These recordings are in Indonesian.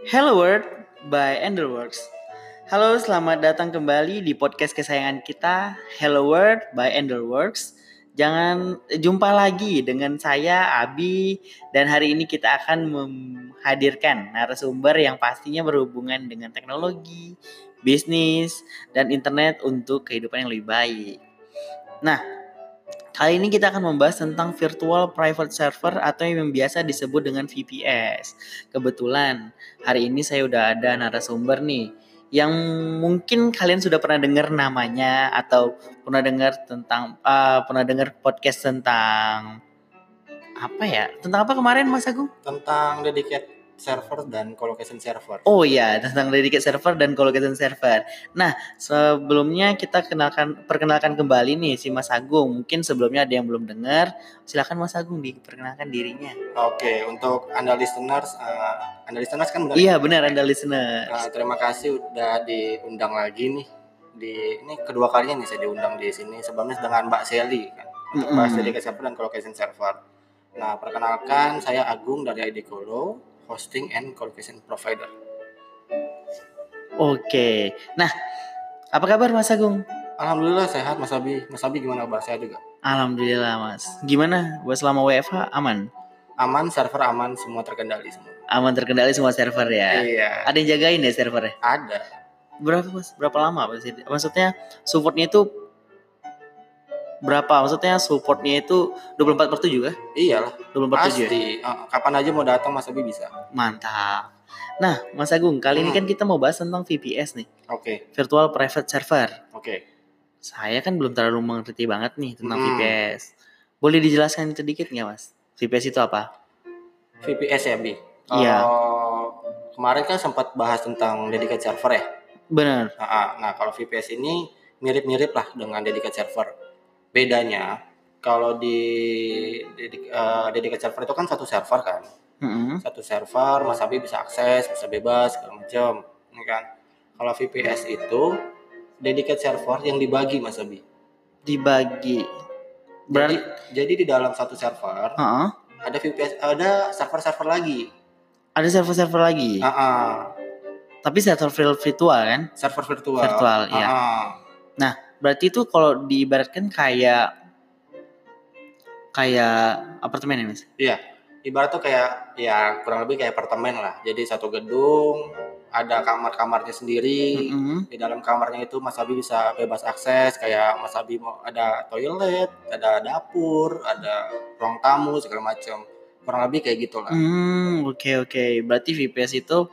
Hello World by Enderworks. Halo, selamat datang kembali di podcast kesayangan kita, Hello World by Enderworks. Jumpa lagi dengan saya Abi, dan hari ini kita akan menghadirkan narasumber yang pastinya berhubungan dengan teknologi, bisnis, dan internet untuk kehidupan yang lebih baik. Nah, kali ini kita akan membahas tentang virtual private server atau yang biasa disebut dengan VPS. Kebetulan hari ini saya udah ada narasumber nih yang mungkin kalian sudah pernah dengar namanya atau pernah dengar podcast tentang apa ya? Tentang apa kemarin Mas Agung? Tentang dedicated server dan colocation server. Oh iya, tentang dedicated server dan colocation server. Nah, sebelumnya kita perkenalkan kembali nih si Mas Agung. Mungkin sebelumnya ada yang belum dengar, silakan Mas Agung diperkenalkan dirinya. Oke, untuk Anda listeners kan benar? Iya, benar Anda listeners. Terima kasih udah diundang lagi nih. Ini kedua kalinya nih saya diundang di sini. Sebelumnya dengan Mbak Sally kan, untuk bahas dedicated server dan colocation server. Nah, perkenalkan saya Agung dari ID Colo, hosting and colocation provider. Oke. Nah, apa kabar Mas Agung? Alhamdulillah sehat Mas Abi. Mas Abi gimana kabar? Sehat juga? Alhamdulillah Mas. Gimana buat selama WFH aman? Aman, server aman, semua terkendali semua. Aman terkendali semua server ya? Iya. Ada yang jagain ya servernya? Ada. Berapa Mas? Berapa lama maksudnya supportnya itu berapa? Maksudnya supportnya itu 24/7 kah? Iyalah. 24/7 pasti. Kapan aja mau datang Mas Abi bisa. Mantap. Nah, Mas Agung, kali ini kan kita mau bahas tentang VPS nih. Oke. Virtual Private Server. Oke. Saya kan belum terlalu mengerti banget nih tentang VPS. Boleh dijelaskan sedikit nggak Mas? VPS itu apa? VPS ya, Bi? Iya. Kemarin kan sempat bahas tentang dedicated server ya? Benar. Nah, kalau VPS ini mirip-mirip lah dengan dedicated server. Bedanya, kalau di dedicated server itu kan satu server kan? Satu server, Mas Abi bisa akses, bisa bebas, segala macam, kan? Kalau VPS itu dedicated server yang dibagi, Mas Abi. Dibagi. Jadi di dalam satu server ada VPS, ada server-server lagi. Ada server-server lagi. Tapi server virtual kan? Server virtual. Virtual, iya. Nah, berarti itu kalau diibaratkan kayak apartemen ya, Mas? Iya. Ibarat tuh kayak ya kurang lebih kayak apartemen lah. Jadi satu gedung, ada kamar-kamarnya sendiri. Di dalam kamarnya itu Mas Abi bisa bebas akses, kayak Mas Abi mau ada toilet, ada dapur, ada ruang tamu segala macam. Kurang lebih kayak gitulah. Oke. Berarti VPS itu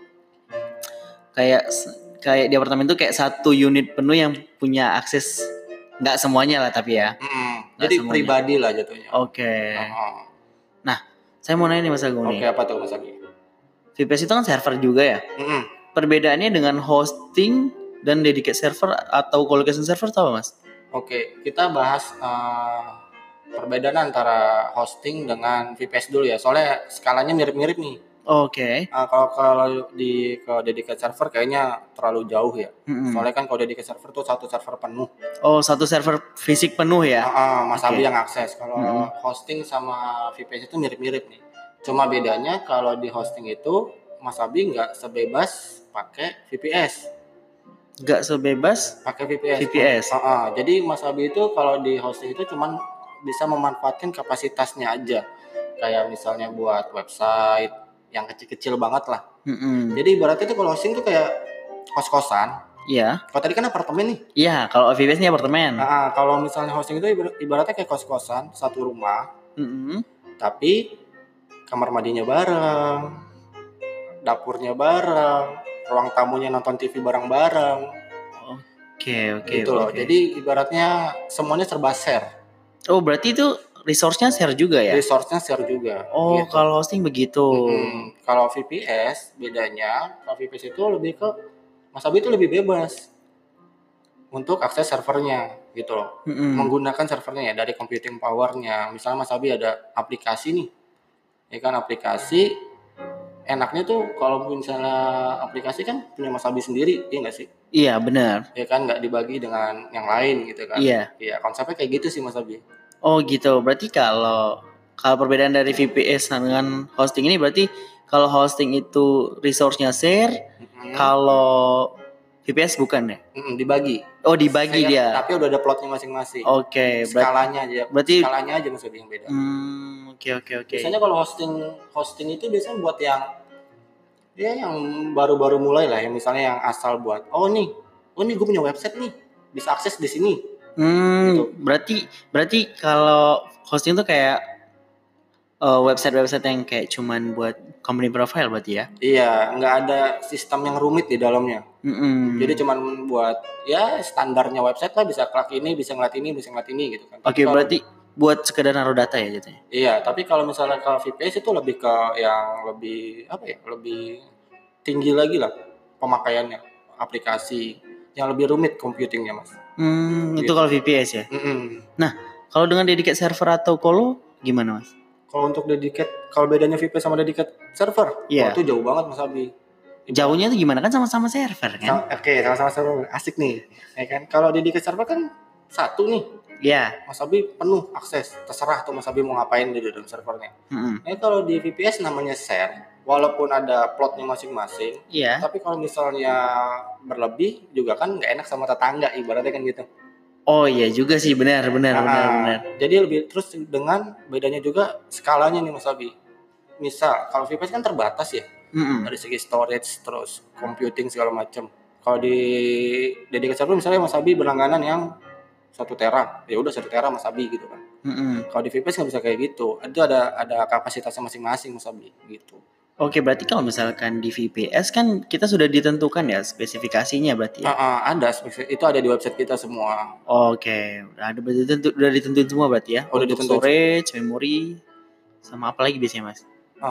kayak di apartemen itu kayak satu unit penuh yang punya akses, nggak semuanya lah tapi ya. Jadi semuanya. Pribadi lah jatuhnya. Oke. Nah, saya mau nanya nih Mas Agung nih. Oke, apa tuh Mas Agung? VPS itu kan server juga ya. Perbedaannya dengan hosting dan dedicated server atau colocation server tahu Mas? Oke, kita bahas perbedaan antara hosting dengan VPS dulu ya. Soalnya skalanya mirip-mirip nih. Oke. Kalau di dedicated server kayaknya terlalu jauh ya. Soalnya kan kalau dedicated server tuh satu server penuh. Oh, satu server fisik penuh ya? Mas Abi yang akses. Kalau hosting sama VPS itu mirip-mirip nih. Cuma bedanya kalau di hosting itu Mas Abi nggak sebebas pakai VPS. Nggak sebebas pakai VPS. Jadi Mas Abi itu kalau di hosting itu cuman bisa memanfaatkan kapasitasnya aja. Kayak misalnya buat website yang kecil-kecil banget lah. Jadi ibaratnya tuh kalau hosting tuh kayak kos-kosan. Iya. Kalau tadi kan apartemen nih. Iya, kalau VPS ini apartemen. Kalau misalnya hosting itu ibaratnya kayak kos-kosan, satu rumah. Tapi kamar mandinya bareng, dapurnya bareng, ruang tamunya nonton TV bareng-bareng. Oke. Gitu loh. Jadi ibaratnya semuanya serba share. Oh, berarti itu resource-nya share juga ya? Resource-nya share juga. Oh, gitu. Kalau hosting begitu. Kalau VPS bedanya, kalau VPS itu lebih ke Mas Abi itu lebih bebas untuk akses servernya gitu loh. Menggunakan servernya ya dari computing power-nya. Misalnya Mas Abi ada aplikasi nih. Ya kan aplikasi enaknya tuh kalau misalnya aplikasi kan punya Mas Abi sendiri, iya nggak sih? Iya, benar. Ya kan nggak dibagi dengan yang lain gitu kan? Iya. Iya, konsepnya kayak gitu sih Mas Abi. Oh gitu, berarti kalau Kalau perbedaan dari VPS dengan hosting ini berarti kalau hosting itu resource-nya share, kalau VPS bukan ya? Dibagi. Oh, dibagi share, dia. Tapi udah ada plotnya masing-masing. Oke, skalanya aja. Berarti skalanya aja maksudnya yang beda. Oke. Biasanya kalau hosting itu biasanya buat yang baru-baru mulai lah, yang misalnya yang asal buat oh nih gue punya website nih, bisa akses di sini. Gitu. Berarti kalau hosting tuh kayak website yang kayak cuman buat company profile berarti ya? Iya, nggak ada sistem yang rumit di dalamnya. Jadi cuman buat ya standarnya website lah, bisa klik ini, bisa ngeliat ini, bisa ngeliat ini gitu kan. Oke, berarti buat sekedar naruh data ya jadinya? Iya, tapi kalau misalnya ke VPS itu lebih ke yang lebih lebih tinggi lagi lah pemakaiannya, aplikasi yang lebih rumit computingnya mas. Itu kalau VPS ya. Nah, kalau dengan dedicated server atau colo gimana mas? Kalau untuk dedicated, kalau bedanya VPS sama dedicated server, itu jauh banget mas Abi. Jauhnya tuh gimana, kan sama-sama server kan? Oke, sama-sama server, asik nih, ya kan? Kalau dedicated server kan satu nih. Iya. Mas Abi penuh akses, terserah tuh Mas Abi mau ngapain di dalam servernya. Kalau di VPS namanya share, walaupun ada plotnya masing-masing, tapi kalau misalnya berlebih juga kan nggak enak sama tetangga, ibaratnya kan gitu. Oh iya juga sih, benar. Jadi lebih, terus dengan bedanya juga skalanya nih Mas Abi. Misal kalau VPS kan terbatas ya, dari segi storage, terus computing segala macam. Kalau di dedicated server misalnya Mas Abi berlangganan yang 1 tera, ya udah 1 tera Mas Abi gitu kan. Kalau di VPS nggak bisa kayak gitu, itu ada kapasitasnya masing-masing Mas Abi gitu. Oke, berarti kalau misalkan di VPS kan kita sudah ditentukan ya spesifikasinya berarti ya? Ada, itu ada di website kita semua. Oke, udah ditentuin semua berarti ya? Udah ditentuin. Storage, memori, sama apa lagi biasanya mas?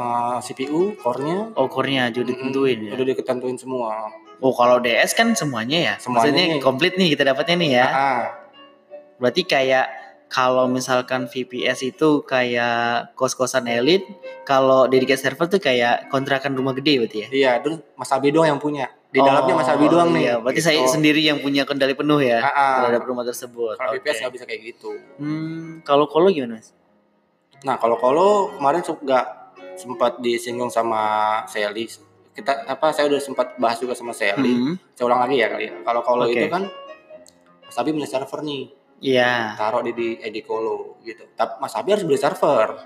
CPU, core-nya. Oh, core-nya juga ditentuin ya? Udah ditentuin semua. Oh, kalau DS kan semuanya ya? Maksudnya komplit nih kita dapatnya nih ya? Berarti kayak kalau misalkan VPS itu kayak kos-kosan elit, kalau dedicated server tuh kayak kontrakan rumah gede berarti ya? Iya, terus Mas Abi doang yang punya. Di dalamnya Mas Abi doang nih. Iya, berarti gitu. Saya sendiri yang punya kendali penuh ya terhadap rumah tersebut. Kalau VPS nggak bisa kayak gitu. Kalau Kolo gimana mas? Nah, kalau Kolo kemarin juga sempat disinggung sama Sally. Saya udah sempat bahas juga sama Sally. Saya ulang lagi ya kali ya. Kalau Kolo itu kan Mas Abi punya server nih. Iya. Taruh di Edikolo gitu. Tapi Mas Abi harus beli server.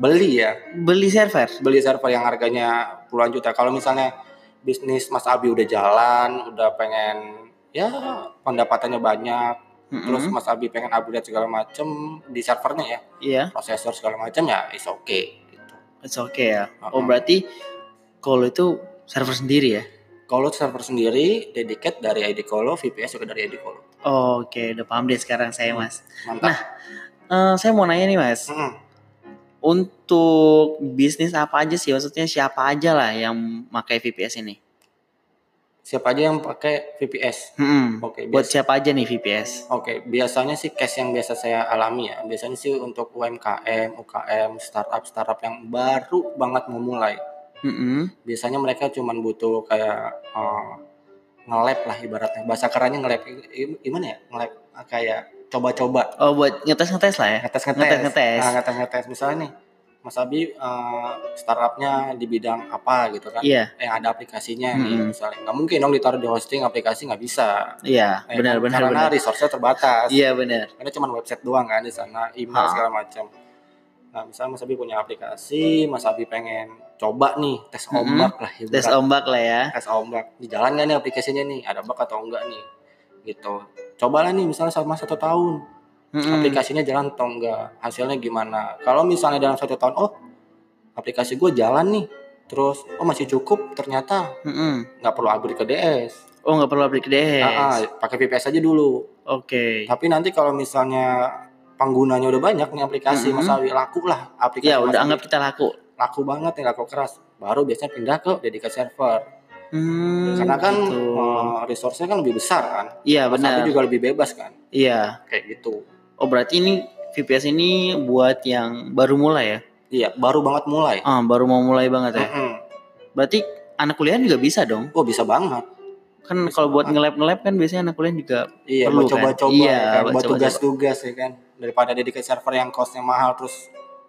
Beli server yang harganya puluhan juta. Kalau misalnya bisnis Mas Abi udah jalan, udah pengen ya pendapatannya banyak, terus Mas Abi pengen upgrade segala macem di servernya ya. Iya. Prosesor segala macam ya, it's okay gitu. It's okay ya. Oh, berarti Kolo itu server sendiri ya? Kolo server sendiri, dedicated dari Edikolo, VPS juga dari Edikolo. Oke, udah paham deh sekarang saya mas. Mantap. Nah, saya mau nanya nih mas. Untuk bisnis apa aja sih? Maksudnya siapa aja lah yang pakai VPS ini? Siapa aja yang pakai VPS? Oke. Buat siapa aja nih VPS? Oke, biasanya sih case yang biasa saya alami ya. Biasanya sih untuk UMKM, UKM, startup yang baru banget mau mulai. Biasanya mereka cuma butuh kayak nge-lab lah ibaratnya. Bahasa kerennya nge-lab. Gimana ya? Nge-lab kayak coba-coba. Oh, buat ngetes lah ya? Ngetes. Misalnya nih, Mas Abi startupnya di bidang apa gitu kan? Iya. Yang ada aplikasinya nih misalnya. Nggak mungkin dong ditaruh di hosting aplikasi, nggak bisa. Iya, benar. Karena resource-nya terbatas. Iya, benar. Karena cuma website doang kan di sana, email segala macam. Nah, misalnya Mas Abi punya aplikasi, Mas Abi pengen coba nih tes ombak lah. Tes ombak lah ya. Tes ombak. Di jalan nggak nih aplikasinya nih? Ada bug atau enggak nih? Gitu. Cobalah nih misalnya selama 1 tahun. Aplikasinya jalan atau enggak? Hasilnya gimana? Kalau misalnya dalam 1 tahun, aplikasi gue jalan nih. Terus, masih cukup ternyata. Nggak perlu upgrade ke DS. Oh, nggak perlu upgrade ke DS. Pakai VPS aja dulu. Oke. Tapi nanti kalau misalnya penggunanya udah banyak nih aplikasi, Mas Abi laku lah aplikasi. Ya udah anggap kita laku banget nih, laku keras, baru biasanya pindah ke dedicated server. Karena kan resource-nya kan lebih besar kan. Iya, benar. Tapi juga lebih bebas kan. Iya, kayak gitu. Oh, berarti ini VPS ini buat yang baru mulai ya? Iya, baru banget mulai. Baru mau mulai banget ya. Berarti anak kuliah juga bisa dong? Oh, bisa banget. Kan kalau buat nge-lab kan biasanya anak kuliah juga perlu coba-coba kan, buat tugas-tugas ya kan. Daripada dedicated server yang cost-nya mahal terus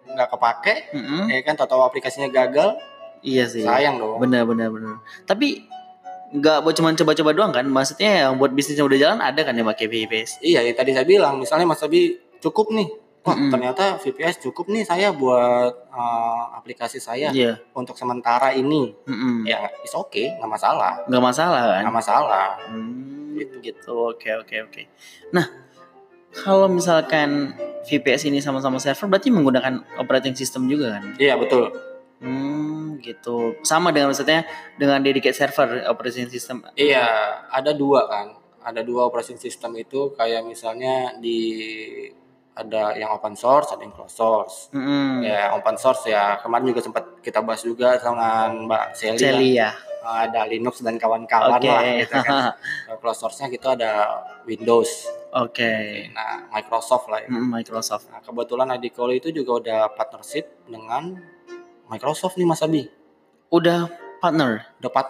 nggak kepake, ya kan, tahu aplikasinya gagal. Iya sih. Sayang dong. Benar. Tapi nggak buat cuma coba-coba doang kan? Maksudnya yang buat bisnisnya udah jalan ada kan yang pakai VPS? Iya, ya tadi saya bilang, misalnya Mas Abi cukup nih. Wah, ternyata VPS cukup nih saya buat aplikasi saya untuk sementara ini. Ya, it's okay, nggak masalah. Nggak masalah kan? Nggak masalah. Gitu. Oke. Nah, kalau misalkan VPS ini sama-sama server, berarti menggunakan operating system juga kan? Iya, betul. Gitu. Sama dengan maksudnya dengan dedicated server operating system. Iya, ada dua kan. Ada dua operating system itu, kayak misalnya ada yang open source, ada yang closed source. Ya, open source ya kemarin juga sempat kita bahas juga dengan Mbak Sally ya. Ada Linux dan kawan-kawan lah gitu kan. Closed source-nya gitu ada Windows. Nah, Microsoft lah ya. Microsoft. Nah, kebetulan IDColo itu juga udah partnership dengan Microsoft nih Mas Abi. Udah partner.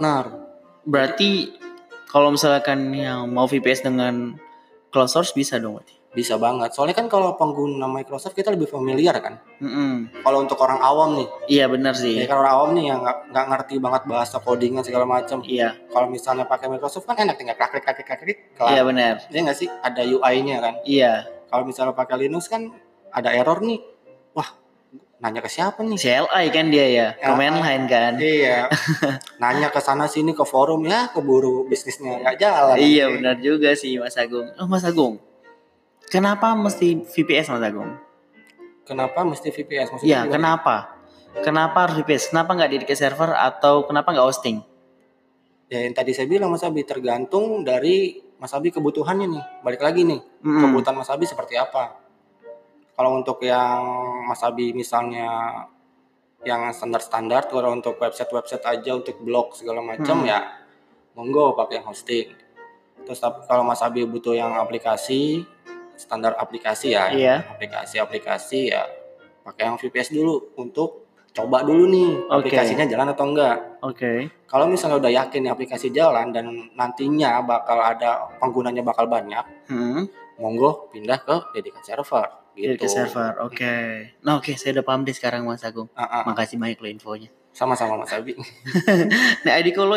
Berarti kalau misalkan yang mau VPS dengan closed source bisa dong berarti? Bisa banget. Soalnya kan kalau pengguna Microsoft kita lebih familiar kan. Kalau untuk orang awam nih. Iya benar sih. Ya kalau orang awam nih yang nggak ngerti banget bahasa codingan segala macam. Iya. Kalau misalnya pakai Microsoft kan enak, tinggal klik. Iya benar. Iya nggak sih? Ada UI-nya kan. Iya. Kalau misalnya pakai Linux kan ada error nih. Wah, nanya ke siapa nih? CLI kan dia ya, command line kan. Iya. Nanya ke sana sini ke forum ya, keburu bisnisnya nggak jalan. Iya benar juga sih Mas Agung. Mas Agung, kenapa mesti VPS Mas Agung? Kenapa mesti VPS? Iya, kenapa? Kenapa harus VPS? Kenapa nggak dedicated server atau kenapa nggak hosting? Ya yang tadi saya bilang Mas Abi, tergantung dari Mas Abi kebutuhannya nih. Balik lagi nih, kebutuhan Mas Abi seperti apa. Kalau untuk yang Mas Abi misalnya yang standar, kalau untuk website aja, untuk blog segala macam ya monggo pakai yang hosting. Terus kalau Mas Abi butuh yang aplikasi, standar aplikasi ya, aplikasi ya pakai yang VPS dulu untuk coba dulu nih aplikasinya jalan atau enggak. Kalau misalnya udah yakin nih aplikasi jalan dan nantinya bakal ada penggunanya bakal banyak, monggo pindah ke dedicated server. Gitu. Dedicated server, Nah saya udah paham deh sekarang Mas Agung. Makasih banyak lo infonya. Sama-sama Mas Abi. Nah IDColo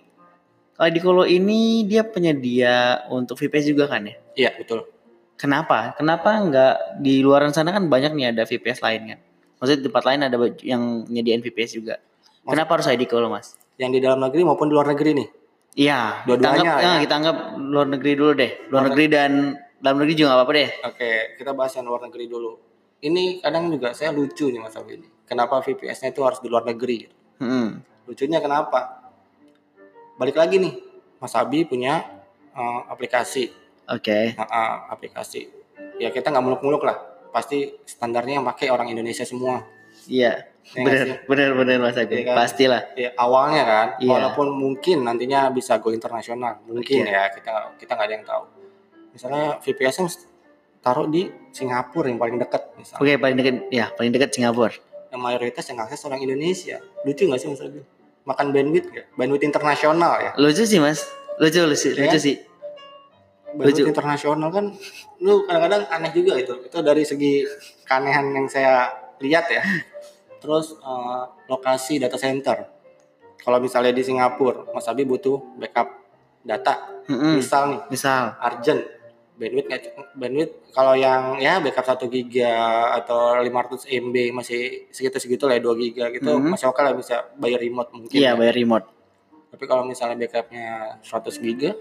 ini dia penyedia untuk VPS juga kan ya? Iya betul. Kenapa nggak di luaran sana kan banyak nih ada VPS lain kan? Maksudnya di tempat lain ada yang nyediain VPS juga. Kenapa harus IDColo Mas? Yang di dalam negeri maupun di luar negeri nih? Iya. Dua-duanya. Kita anggap luar negeri dulu deh. Luar negeri dan dalam negeri juga nggak apa-apa deh. Oke, kita bahas yang luar negeri dulu. Ini kadang juga saya lucu nih Mas Abi ini. Kenapa VPS-nya itu harus di luar negeri? Lucunya kenapa? Balik lagi nih, Mas Abi punya aplikasi. Aplikasi. Ya kita nggak muluk-muluk lah. Pasti standarnya yang pakai orang Indonesia semua. Iya. Bener Mas Agung. Ya kan? Pastilah. Ya, awalnya kan. Walaupun mungkin nantinya bisa go internasional. Mungkin ya kita nggak ada yang tahu. Misalnya VPS-nya taruh di Singapura yang paling dekat misalnya. Paling dekat Singapura. Yang mayoritas yang akses orang Indonesia. Lucu nggak sih Mas Abi? Makan bandwidth nggak? Bandwidth internasional ya. Lucu sih Mas. Lucu sih. Bandwidth internasional kan, lu kadang-kadang aneh juga itu. Itu dari segi keanehan yang saya lihat ya. Terus lokasi data center. Kalau misalnya di Singapura, Mas Abi butuh backup data. Misal urgent. Bandwidth kalau yang ya backup 1 giga atau 500 MB masih segitu lah ya, 2 giga gitu masih oke lah, bisa bayar remote mungkin. Iya, bayar remote. Tapi kalau misalnya backupnya 100 giga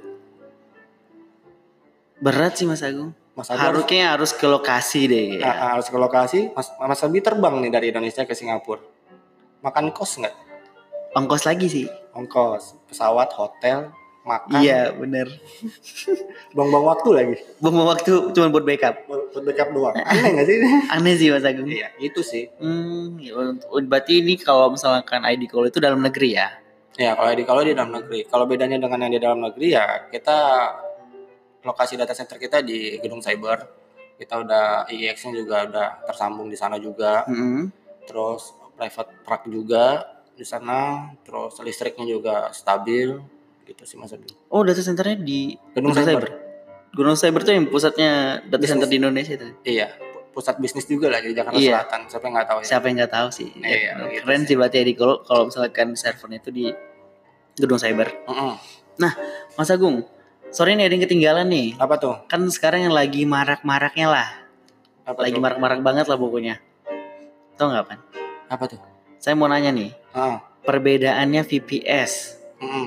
berat sih Mas Agung. Harus ke lokasi deh. Harus ke lokasi. Mas Abi terbang nih dari Indonesia ke Singapura. Makan kos nggak? Ongkos lagi sih. Ongkos pesawat, hotel, makan. Iya bener. Buang-buang waktu lagi. Buang-buang waktu cuma buat backup. Buat backup doang. Aneh nggak sih? Aneh sih Mas Agung. Iya itu sih. Berarti ini kalau misalkan IDColo itu dalam negeri ya? Ya kalau IDColo di dalam negeri. Kalau bedanya dengan yang di dalam negeri ya kita lokasi data center kita di gedung cyber. Kita udah IEX-nya juga udah tersambung di sana juga. Terus private truck juga di sana. Terus listriknya juga stabil. Gitu sih Mas Abi. Oh, data centernya di gedung cyber. Gedung cyber itu yang pusatnya data center di Indonesia itu. Iya, pusat bisnis juga lah di Jakarta Iya. Selatan. Siapa yang nggak tahu ya? Siapa yang nggak tahu sih. Iya, gitu Keren sih. sih berarti Edi kalau misalkan servernya itu di gedung cyber. Nah, Mas Agung, sorry nih ada yang ketinggalan nih. Apa tuh? Kan sekarang yang lagi marak-maraknya lah. Apa Lagi tuh? marak-marak banget lah pokoknya. Tahu nggak, Pan? Apa tuh? Saya mau nanya nih. Perbedaannya VPS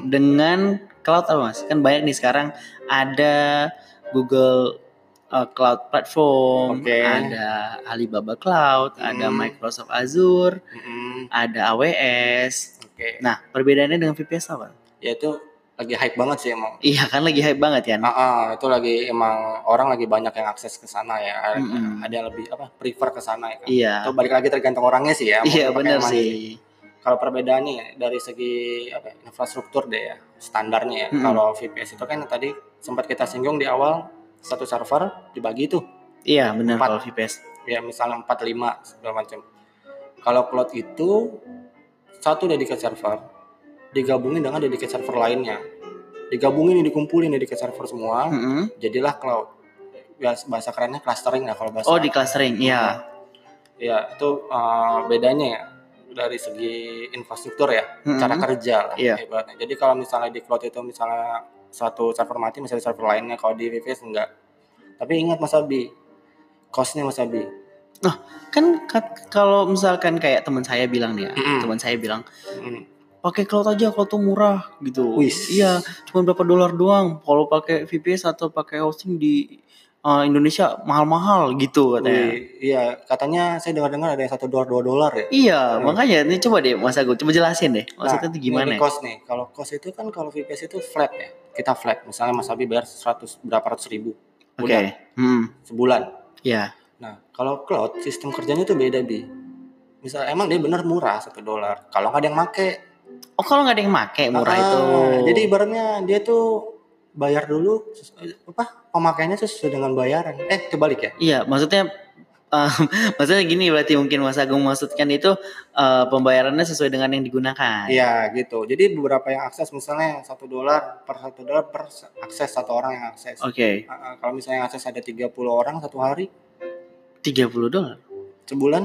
dengan cloud apa, Mas? Kan banyak nih sekarang ada Google Cloud Platform, ada Alibaba Cloud, ada Microsoft Azure, ada AWS. Nah, perbedaannya dengan VPS apa? Ya itu lagi hype banget sih emang. Iya kan lagi hype banget kan? Itu lagi emang orang lagi banyak yang akses ke sana ya. Ada yang lebih prefer ke sana ya kan. Iya. Itu balik lagi tergantung orangnya sih ya. Iya benar sih. Kalau perbedaannya dari segi infrastruktur deh ya, standarnya ya. Kalau VPS itu kan tadi sempat kita singgung di awal, satu server dibagi tuh. Iya benar kalau VPS. Ya misalnya 4, 5 segala macam. Kalau cloud itu satu dedicated server digabungin dengan dedicated server lainnya. Digabungin, dikumpulin dedicated server semua, jadilah cloud. Ya, bahasa kerennya clustering lah kalau bahasa. Oh, di clustering, iya. Ya, itu bedanya ya dari segi infrastruktur ya, cara kerja lah. Iya. Jadi kalau misalnya di cloud itu misalnya satu server mati, misalnya server lainnya, kalau di VPS enggak. Tapi ingat Mas Abi, cost-nya Mas Abi. Nah, kan kalau misalkan kayak teman saya bilang nih ya, teman saya bilang pakai cloud aja, cloud tuh murah gitu. Iya, cuma berapa dolar doang. Kalau pakai VPS atau pakai hosting di Indonesia mahal-mahal gitu katanya. Iya, katanya saya dengar-dengar ada yang $1 $2 ya. Iya, makanya ini coba deh Mas Agung, coba jelasin deh. Maksudnya itu gimana? Ini cost nih. Kalau cost itu kan kalau VPS itu flat ya. Kita flat. Misalnya Mas Abi bayar berapa ratus ribu. Oke. Sebulan. Iya. Nah, kalau cloud sistem kerjanya tuh beda bi. Misal emang dia benar murah $1. Kalau nggak ada yang make. Oh, kalau nggak ada yang make murah itu. Jadi ibaratnya dia tuh bayar dulu pemakaiannya sesuai dengan bayaran. Kebalik ya? Iya, maksudnya maksudnya gini berarti mungkin Mas Agung maksudkan itu pembayarannya sesuai dengan yang digunakan. Iya gitu. Jadi beberapa yang akses misalnya $1 per akses satu orang yang akses. Oke. Kalau misalnya yang akses ada 30 orang satu hari. $30. Sebulan?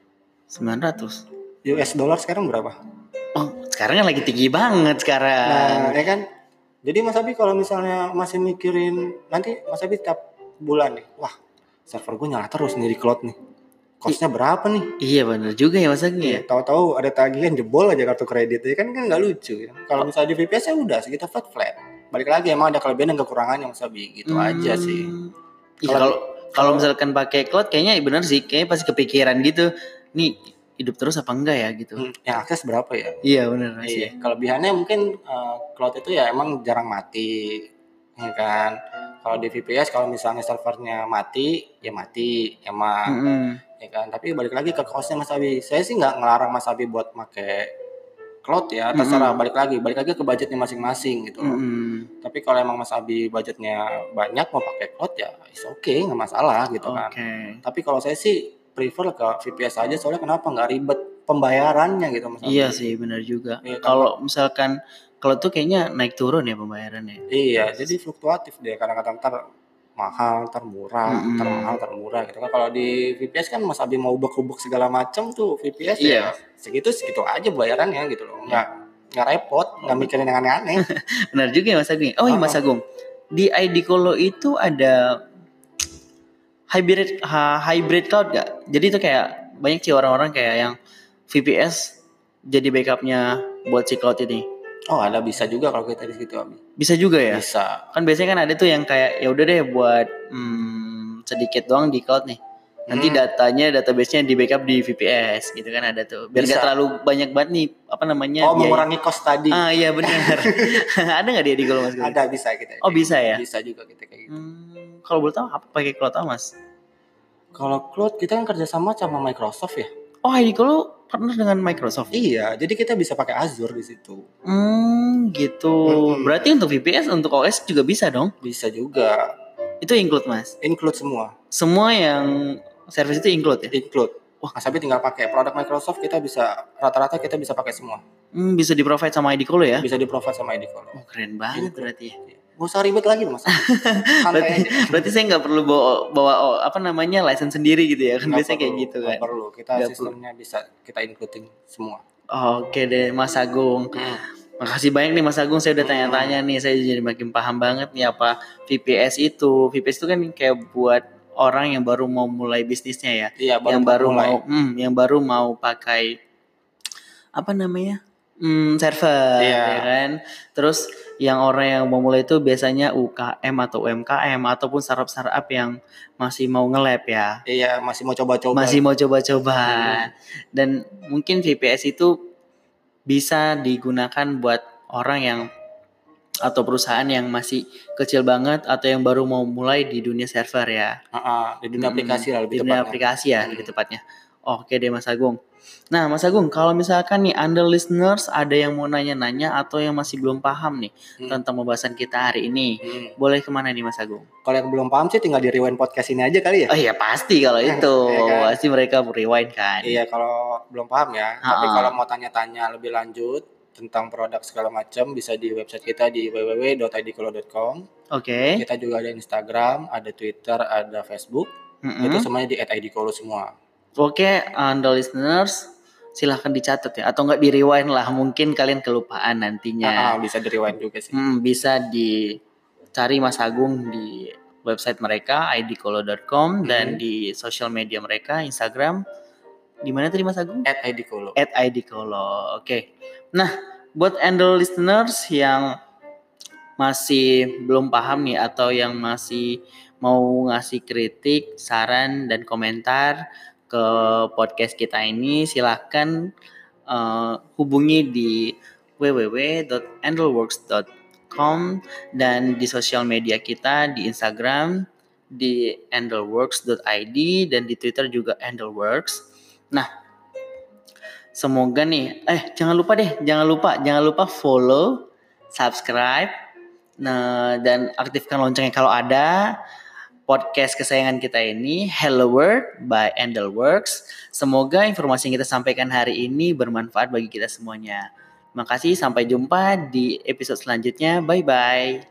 900. US dollar sekarang berapa? Oh, sekarang kan lagi tinggi banget sekarang. Nah, ya kan? Jadi Mas Abi kalau misalnya masih mikirin nanti Mas Abi tiap bulan nih, wah server gue nyala terus nih di cloud nih. Costnya berapa nih? Iya benar juga ya Mas Agung ya. Tahu-tahu ada tagihan jebol aja kartu kredit, ya kan nggak lucu. Ya. Kalau misalnya di VPS ya udah segitu flat. Balik lagi emang ada kelebihan dan kekurangannya Mas Abi, gitu aja sih. Kalau misalkan pakai cloud kayaknya benar sih, kayaknya pasti kepikiran gitu. Nih hidup terus apa enggak ya gitu. Yang akses berapa ya? Iya benar sih. Kelebihannya mungkin cloud itu ya emang jarang mati, ya kan. Kalau di VPS kalau misalnya servernya mati, ya mati emang, ya kan. Tapi balik lagi ke cost-nya Mas Abi. Saya sih nggak ngelarang Mas Abi buat pakai cloud ya, terserah. Balik lagi ke budgetnya masing-masing gitu loh. Tapi kalau emang Mas Abi budgetnya banyak mau pakai cloud ya, is okay, nggak masalah gitu kan. Tapi kalau saya sih prefer ke VPS aja, soalnya kenapa nggak ribet pembayarannya gitu Mas Abi. Iya sih benar juga. Kalau misalkan kalau tuh kayaknya naik turun ya pembayarannya. Iya, jadi fluktuatif dia. Kadang-kadang mahal, murah gitu kan. Kalau di VPS kan Mas Abi mau ubek-ubek segala macam tuh VPS ya segitu aja bayarannya gitu loh. Nggak repot, nggak mikirin yang aneh-aneh. Benar juga ya Mas Agung. Oh iya Mas Agung, di ID Kolo itu ada hybrid cloud gak? Jadi itu kayak banyak sih orang-orang kayak yang VPS jadi backupnya buat si cloud ini. Oh ada, bisa juga kalau kita di situ Abi. Bisa juga ya? Bisa. Kan biasanya kan ada tuh yang kayak ya udah deh buat sedikit doang di cloud nih. Nanti database-nya di backup di VPS gitu kan ada tuh. Biar gak terlalu banyak banget nih biaya. Mengurangi cost tadi. Iya benar. Ada nggak dia di kalau Mas? Ada, bisa kita. Oh bisa ya? Bisa juga kita kayak gitu. Kalau boleh tahu apa pakai cloud apa Mas? Kalau cloud kita kan kerjasama sama Microsoft ya. Oh ID kalau partner dengan Microsoft? Iya, jadi kita bisa pakai Azure di situ. Gitu. Berarti untuk VPS, untuk OS juga bisa dong? Bisa juga. Itu include Mas? Include semua. Semua yang service itu include ya? Include. Wah, Mas Abi tinggal pakai produk Microsoft, rata-rata kita bisa pakai semua. Bisa di provide sama ID Colo ya? Bisa di provide sama ID Colo. Oh, keren banget berarti ya. Gak usah ribet lagi Mas. Santai aja. Berarti saya nggak perlu bawa license sendiri gitu ya kan, biasanya kayak gitu kan. Gak perlu, kita sistemnya bisa kita including semua. Oke deh Mas Agung. Makasih banyak nih Mas Agung, saya udah tanya-tanya nih, saya jadi makin paham banget nih apa VPS itu. VPS itu kan kayak buat orang yang baru mau mulai bisnisnya ya. Iya, yang baru mau pakai apa namanya? Server ya kan. Terus yang orang yang mau mulai itu biasanya UKM atau UMKM ataupun startup yang masih mau nge-lab ya. Iya, masih mau coba-coba. Dan mungkin VPS itu bisa digunakan buat orang yang atau perusahaan yang masih kecil banget atau yang baru mau mulai di dunia server ya. Di dunia aplikasi lah lebih tepatnya. Di dunia aplikasi ya lebih tepatnya. Oke deh Mas Agung. Nah Mas Agung, kalau misalkan nih under listeners ada yang mau nanya-nanya atau yang masih belum paham nih tentang pembahasan kita hari ini, boleh kemana nih Mas Agung? Kalau yang belum paham sih tinggal di rewind podcast ini aja kali ya. Oh iya pasti kalau itu kan? Pasti mereka rewind kan. Iya kalau belum paham ya. Tapi kalau mau tanya-tanya lebih lanjut tentang produk segala macam bisa di website kita di www.idkolo.com. Oke. Kita juga ada Instagram, ada Twitter, ada Facebook. Itu semuanya di @idkolo semua. Oke, under listeners silahkan dicatat ya, atau enggak di rewind lah, mungkin kalian kelupaan nantinya. Bisa di rewind juga sih. Bisa dicari Mas Agung di website mereka idkolo.com dan di social media mereka Instagram. Di mana tadi Mas Agung? @idkolo. Oke. Nah, buat under listeners yang masih belum paham nih atau yang masih mau ngasih kritik, saran dan komentar ke podcast kita ini, silahkan hubungi di www.andelworks.com dan di sosial media kita di Instagram di andelworks.id dan di Twitter juga andelworks. Nah, semoga nih jangan lupa follow, subscribe, dan aktifkan loncengnya kalau ada podcast kesayangan kita ini, Hello World by Andelworks. Semoga informasi yang kita sampaikan hari ini bermanfaat bagi kita semuanya. Makasih, sampai jumpa di episode selanjutnya. Bye-bye.